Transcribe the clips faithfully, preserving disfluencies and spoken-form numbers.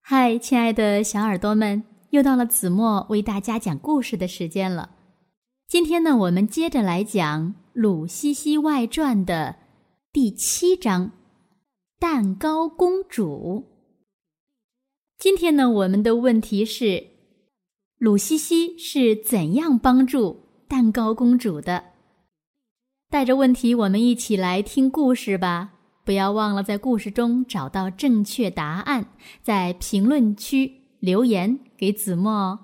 嗨，亲爱的小耳朵们，又到了子墨为大家讲故事的时间了。今天呢，我们接着来讲《鲁西西外传》的第七章《蛋糕公主》。今天呢，我们的问题是，鲁西西是怎样帮助蛋糕公主的？带着问题，我们一起来听故事吧。不要忘了在故事中找到正确答案，在评论区留言给子墨哦。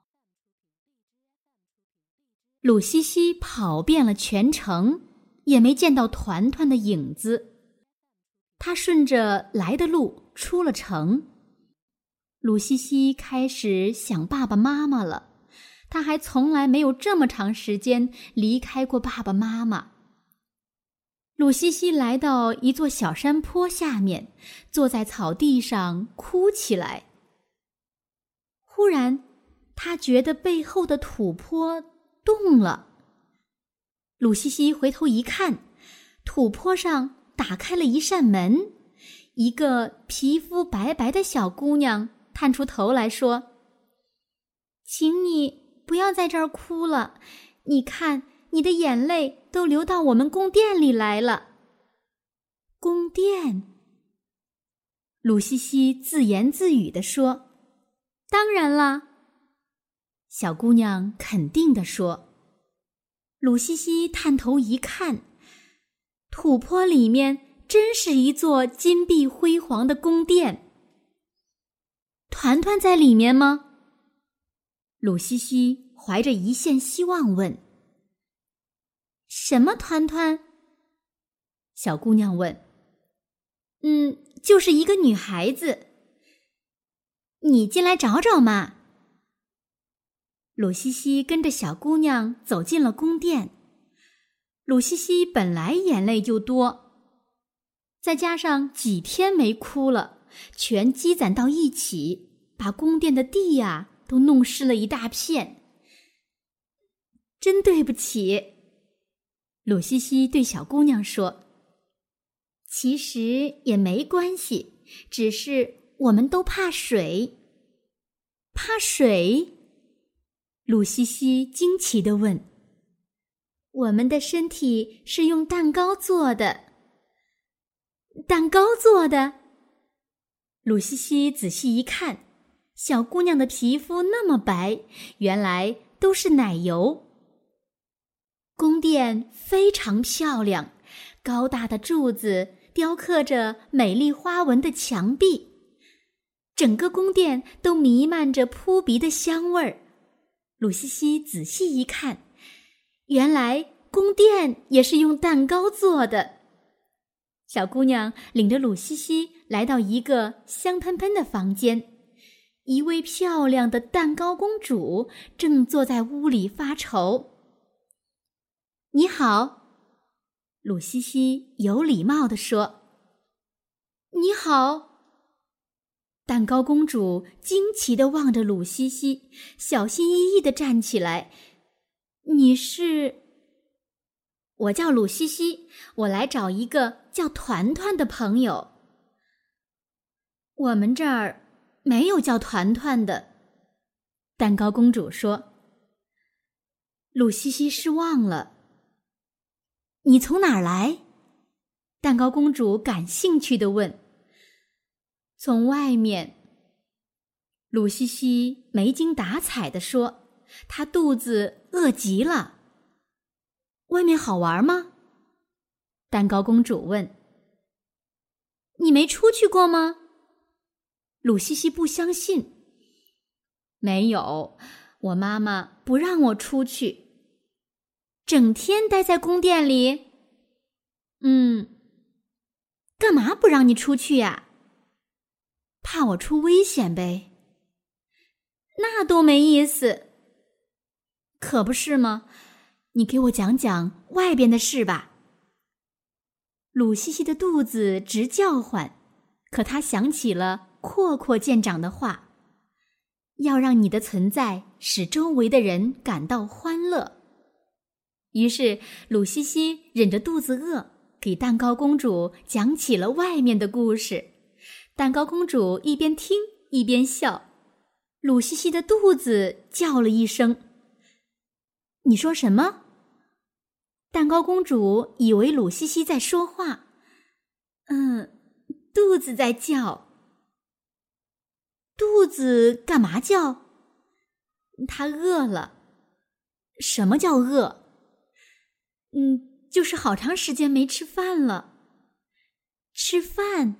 鲁西西跑遍了全城，也没见到团团的影子。他顺着来的路出了城。鲁西西开始想爸爸妈妈了，他还从来没有这么长时间离开过爸爸妈妈。鲁西西来到一座小山坡下面，坐在草地上哭起来。忽然，他觉得背后的土坡动了。鲁西西回头一看，土坡上打开了一扇门，一个皮肤白白的小姑娘探出头来说：“请你不要在这儿哭了，你看，你的眼泪都流到我们宫殿里来了。”宫殿？鲁西西自言自语地说：“当然啦。”小姑娘肯定地说。鲁西西探头一看，土坡里面真是一座金碧辉煌的宫殿。团团在里面吗？鲁西西怀着一线希望问。什么团团？小姑娘问。嗯，就是一个女孩子。你进来找找嘛。鲁西西跟着小姑娘走进了宫殿。鲁西西本来眼泪就多，再加上几天没哭了，全积攒到一起，把宫殿的地呀都弄湿了一大片。真对不起。鲁西西对小姑娘说：“其实也没关系，只是我们都怕水。”怕水？鲁西西惊奇地问。我们的身体是用蛋糕做的。蛋糕做的？鲁西西仔细一看，小姑娘的皮肤那么白，原来都是奶油。宫殿非常漂亮，高大的柱子雕刻着美丽花纹的墙壁，整个宫殿都弥漫着扑鼻的香味儿。鲁西西仔细一看，原来宫殿也是用蛋糕做的。小姑娘领着鲁西西来到一个香喷喷的房间，一位漂亮的蛋糕公主正坐在屋里发愁。你好，鲁西西有礼貌地说。你好。蛋糕公主惊奇地望着鲁西西，小心翼翼地站起来。你是？我叫鲁西西，我来找一个叫团团的朋友。我们这儿没有叫团团的，蛋糕公主说。鲁西西失望了。你从哪儿来？蛋糕公主感兴趣地问。从外面。鲁西西没精打采地说，她肚子饿极了。外面好玩吗？蛋糕公主问。你没出去过吗？鲁西西不相信。没有，我妈妈不让我出去。整天待在宫殿里？嗯。干嘛不让你出去呀？怕我出危险呗。那多没意思。可不是吗？你给我讲讲外边的事吧。鲁西西的肚子直叫唤，可她想起了阔阔舰长的话，要让你的存在使周围的人感到欢乐。于是鲁西西忍着肚子饿，给蛋糕公主讲起了外面的故事。蛋糕公主一边听一边笑，鲁西西的肚子叫了一声。你说什么？蛋糕公主以为鲁西西在说话。嗯，肚子在叫。肚子干嘛叫？她饿了。什么叫饿？嗯，就是好长时间没吃饭了。吃饭？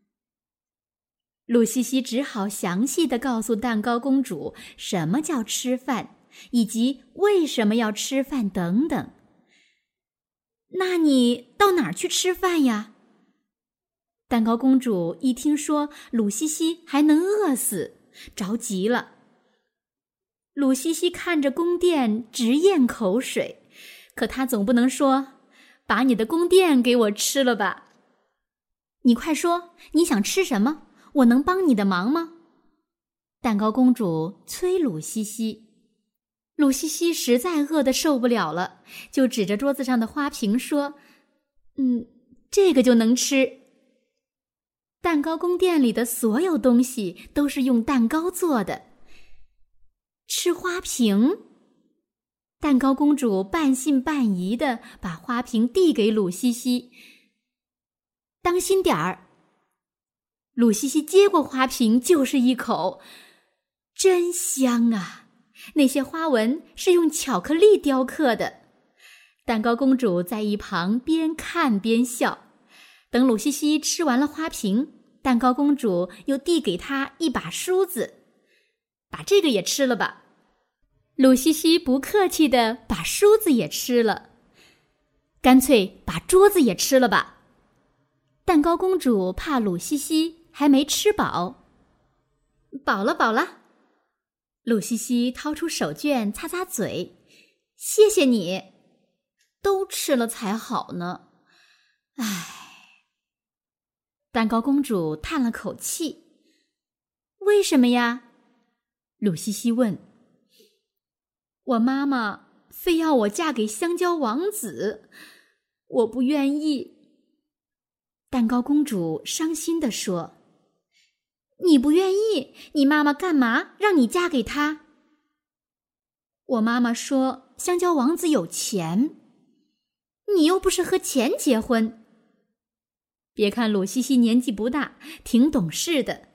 鲁西西只好详细地告诉蛋糕公主什么叫吃饭，以及为什么要吃饭等等。那你到哪儿去吃饭呀？蛋糕公主一听说鲁西西还能饿死，着急了。鲁西西看着宫殿直咽口水，可她总不能说，把你的宫殿给我吃了吧。你快说，你想吃什么？我能帮你的忙吗？蛋糕公主催鲁西西。鲁西西实在饿得受不了了，就指着桌子上的花瓶说，嗯，这个就能吃。蛋糕宫殿里的所有东西都是用蛋糕做的。吃花瓶？蛋糕公主半信半疑地把花瓶递给鲁西西。当心点儿。鲁西西接过花瓶就是一口，真香啊！那些花纹是用巧克力雕刻的。蛋糕公主在一旁边看边笑。等鲁西西吃完了花瓶，蛋糕公主又递给她一把梳子，把这个也吃了吧。鲁西西不客气地把梳子也吃了，干脆把桌子也吃了吧。蛋糕公主怕鲁西西还没吃饱。饱了饱了。鲁西西掏出手绢擦擦嘴，谢谢你。都吃了才好呢。唉。蛋糕公主叹了口气。为什么呀？鲁西西问。我妈妈非要我嫁给香蕉王子，我不愿意。蛋糕公主伤心地说。你不愿意？你妈妈干嘛让你嫁给他？我妈妈说香蕉王子有钱。你又不是和钱结婚。别看鲁西西年纪不大，挺懂事的。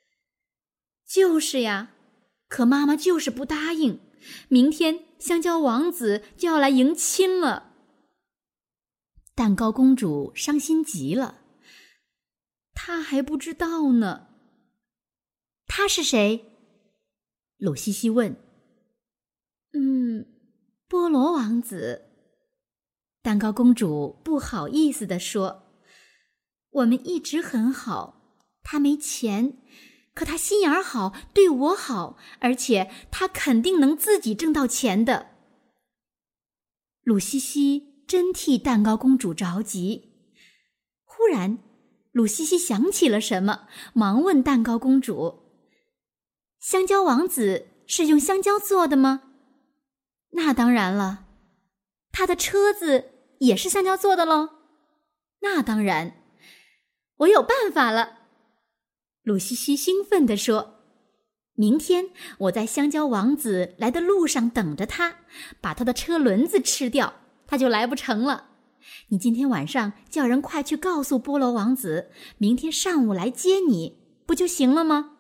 就是呀，可妈妈就是不答应。明天香蕉王子就要来迎亲了。蛋糕公主伤心极了。她还不知道呢。他是谁？鲁西西问。嗯，菠萝王子。蛋糕公主不好意思地说。我们一直很好，他没钱，可他心眼好，对我好，而且他肯定能自己挣到钱的。鲁西西真替蛋糕公主着急。忽然，鲁西西想起了什么，忙问蛋糕公主，香蕉王子是用香蕉做的吗？那当然了。他的车子也是香蕉做的喽？那当然。我有办法了。鲁西西兴奋地说。明天我在香蕉王子来的路上等着他，把他的车轮子吃掉，他就来不成了。你今天晚上叫人快去告诉菠萝王子，明天上午来接你，不就行了吗？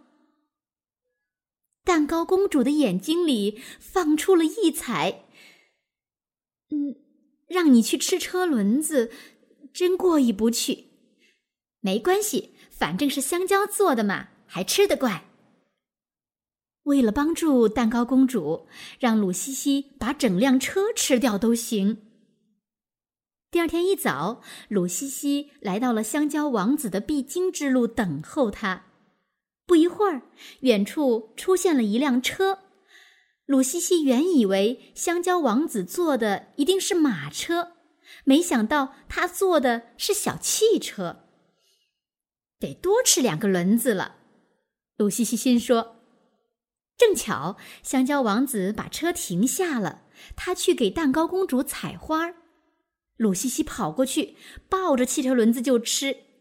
蛋糕公主的眼睛里放出了异彩。嗯，让你去吃车轮子，真过意不去。没关系，反正是香蕉做的嘛，还吃得惯。为了帮助蛋糕公主，让鲁西西把整辆车吃掉都行。第二天一早，鲁西西来到了香蕉王子的必经之路等候他。不一会儿，远处出现了一辆车。鲁西西原以为香蕉王子坐的一定是马车，没想到他坐的是小汽车。得多吃两个轮子了，鲁西西心说。正巧香蕉王子把车停下了，他去给蛋糕公主采花。鲁西西跑过去，抱着汽车轮子就吃。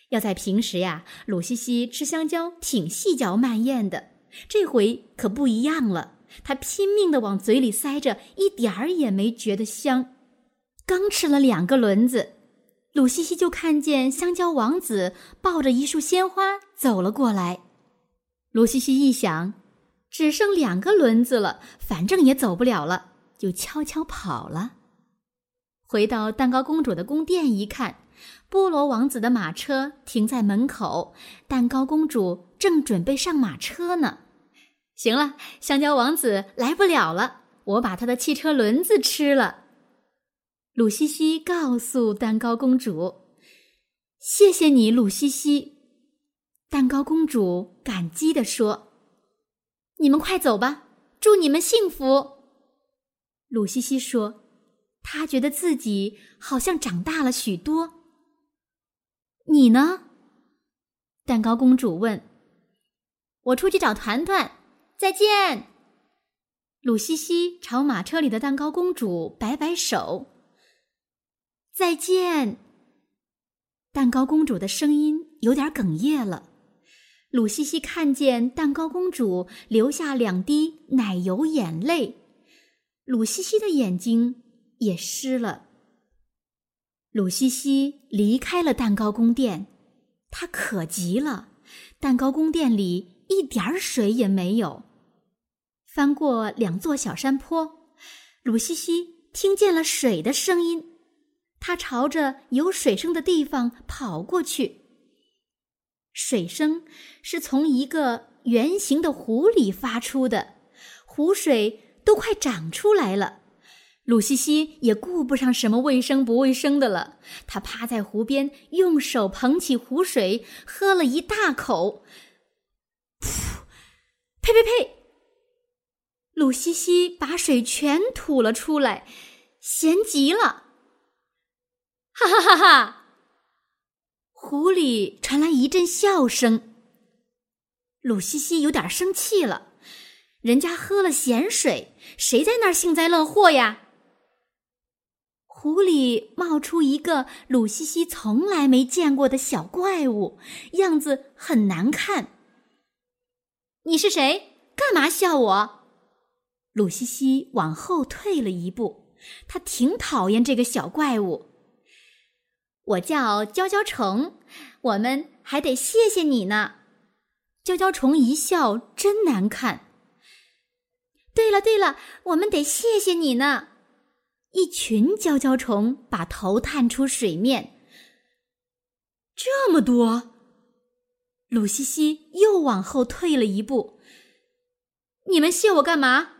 要在平时呀，鲁西西吃香蕉挺细嚼慢咽的，这回可不一样了，他拼命地往嘴里塞着，一点儿也没觉得香。刚吃了两个轮子，鲁西西就看见香蕉王子抱着一束鲜花走了过来。鲁西西一想，只剩两个轮子了，反正也走不了了，就悄悄跑了。回到蛋糕公主的宫殿一看，菠萝王子的马车停在门口，蛋糕公主正准备上马车呢。行了，香蕉王子来不了了，我把他的汽车轮子吃了。鲁西西告诉蛋糕公主：谢谢你，鲁西西。蛋糕公主感激地说：你们快走吧，祝你们幸福。鲁西西说，她觉得自己好像长大了许多。你呢？蛋糕公主问。我出去找团团，再见。鲁西西朝马车里的蛋糕公主摆摆手。再见。蛋糕公主的声音有点哽咽了。鲁西西看见蛋糕公主流下两滴奶油眼泪，鲁西西的眼睛也湿了。鲁西西离开了蛋糕宫殿，她渴极了，蛋糕宫殿里一点水也没有。翻过两座小山坡，鲁西西听见了水的声音，她朝着有水声的地方跑过去。水声是从一个圆形的湖里发出的，湖水都快涨出来了。鲁西西也顾不上什么卫生不卫生的了，她趴在湖边，用手捧起湖水，喝了一大口。噗！呸呸呸！鲁西西把水全吐了出来，咸极了。哈哈哈哈！湖里传来一阵笑声。鲁西西有点生气了，人家喝了咸水，谁在那儿幸灾乐祸呀？湖里冒出一个鲁西西从来没见过的小怪物，样子很难看。你是谁？干嘛笑我？鲁西西往后退了一步，他挺讨厌这个小怪物。我叫娇娇虫，我们还得谢谢你呢。娇娇虫一笑真难看。对了对了，我们得谢谢你呢。一群娇娇虫把头探出水面。这么多！鲁西西又往后退了一步。你们谢我干嘛？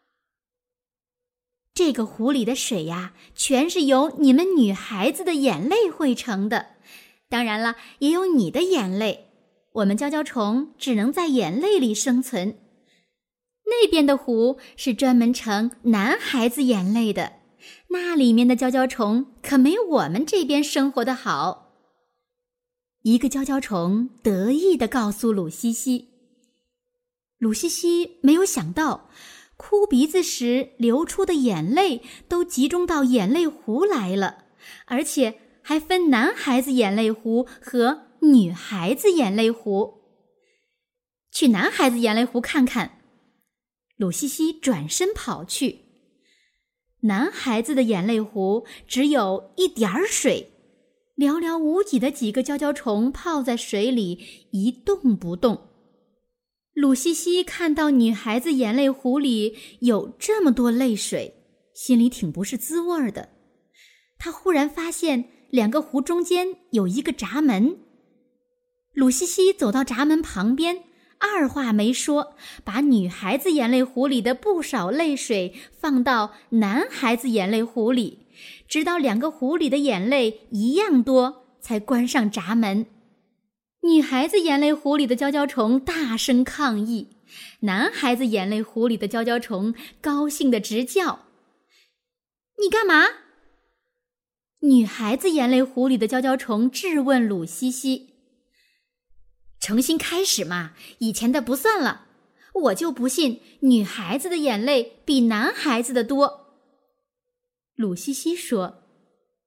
这个湖里的水呀，全是由你们女孩子的眼泪汇成的，当然了，也有你的眼泪。我们娇娇虫只能在眼泪里生存。那边的湖是专门盛男孩子眼泪的，那里面的娇娇虫可没我们这边生活的好。一个娇娇虫得意地告诉鲁西西。鲁西西没有想到，哭鼻子时流出的眼泪都集中到眼泪湖来了，而且还分男孩子眼泪湖和女孩子眼泪湖。去男孩子眼泪湖看看。鲁西西转身跑去。男孩子的眼泪湖只有一点儿水，寥寥无几的几个娇娇虫泡在水里一动不动。鲁西西看到女孩子眼泪湖里有这么多泪水，心里挺不是滋味儿的。她忽然发现两个湖中间有一个闸门。鲁西西走到闸门旁边，二话没说，把女孩子眼泪湖里的不少泪水放到男孩子眼泪湖里，直到两个湖里的眼泪一样多，才关上闸门。女孩子眼泪湖里的娇娇虫大声抗议，男孩子眼泪湖里的娇娇虫高兴地直叫：你干嘛？女孩子眼泪湖里的娇娇虫质问鲁西西：重新开始嘛，以前的不算了。我就不信女孩子的眼泪比男孩子的多。鲁西西说：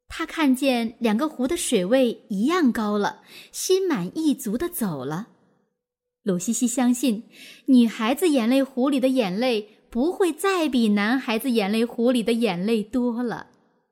他看见两个湖的水位一样高了，心满意足地走了。鲁西西相信，女孩子眼泪湖里的眼泪不会再比男孩子眼泪湖里的眼泪多了。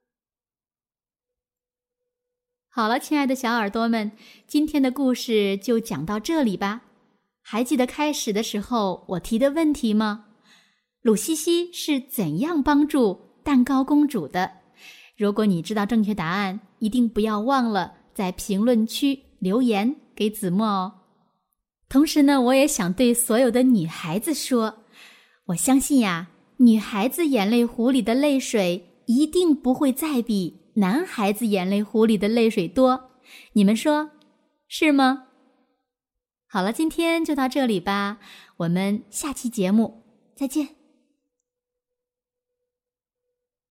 好了，亲爱的小耳朵们，今天的故事就讲到这里吧。还记得开始的时候我提的问题吗？鲁西西是怎样帮助蛋糕公主的？如果你知道正确答案，一定不要忘了在评论区留言给子墨哦。同时呢，我也想对所有的女孩子说，我相信呀，女孩子眼泪湖里的泪水一定不会再比男孩子眼泪湖里的泪水多，你们说是吗？好了，今天就到这里吧，我们下期节目再见。